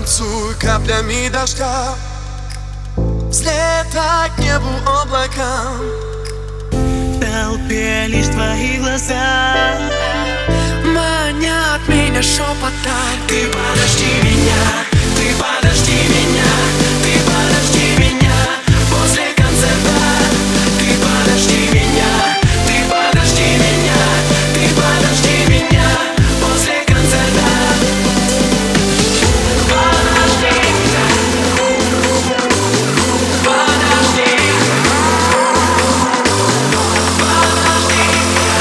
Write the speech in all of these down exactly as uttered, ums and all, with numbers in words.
Танцуй каплями дождя, взлетай к небу облакам. В толпе лишь твои глаза манят меня шепотом. Ты подожди меня, ты подожди меня, ты подожди меня после концерта. Ты подожди меня, ты подожди меня, ты подожди меня после концерта. Подожди меня, подожди, подожди меня,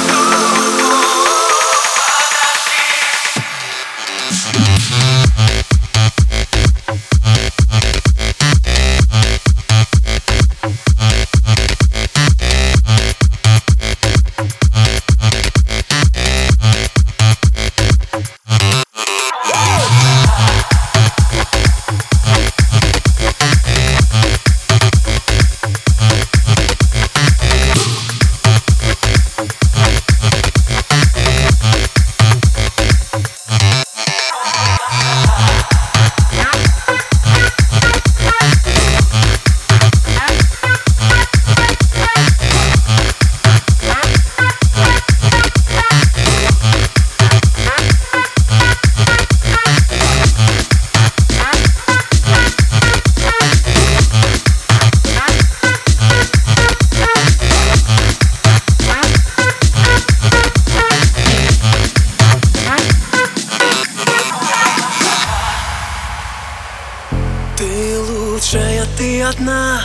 Ты лучшая, ты одна,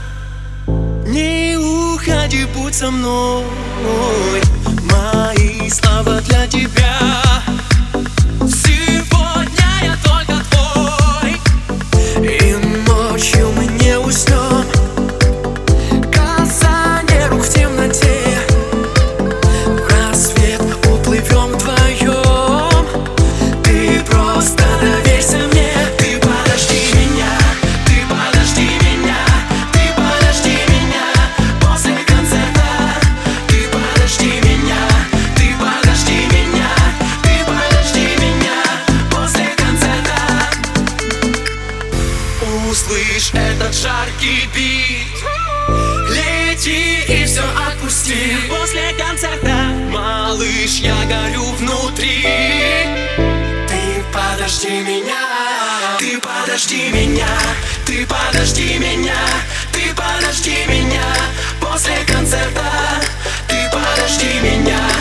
не уходи, будь со мной. Мои слова для тебя. Сегодня я только твой, и ночью мы не уснем. Касание рук в темноте, в рассвет уплывем вдвоем. Ты просто доверься мне. ты подожди меня, ты подожди меня, ты подожди меня после концерта. Ты подожди меня, ты подожди меня, ты подожди меня после концерта. Услышь этот жаркий бит, лети и все отпусти. После концерта, малыш, я горю внутри. Ты подожди меня, Ты подожди меня, ты подожди меня, ты подожди меня после концерта. Ты подожди меня.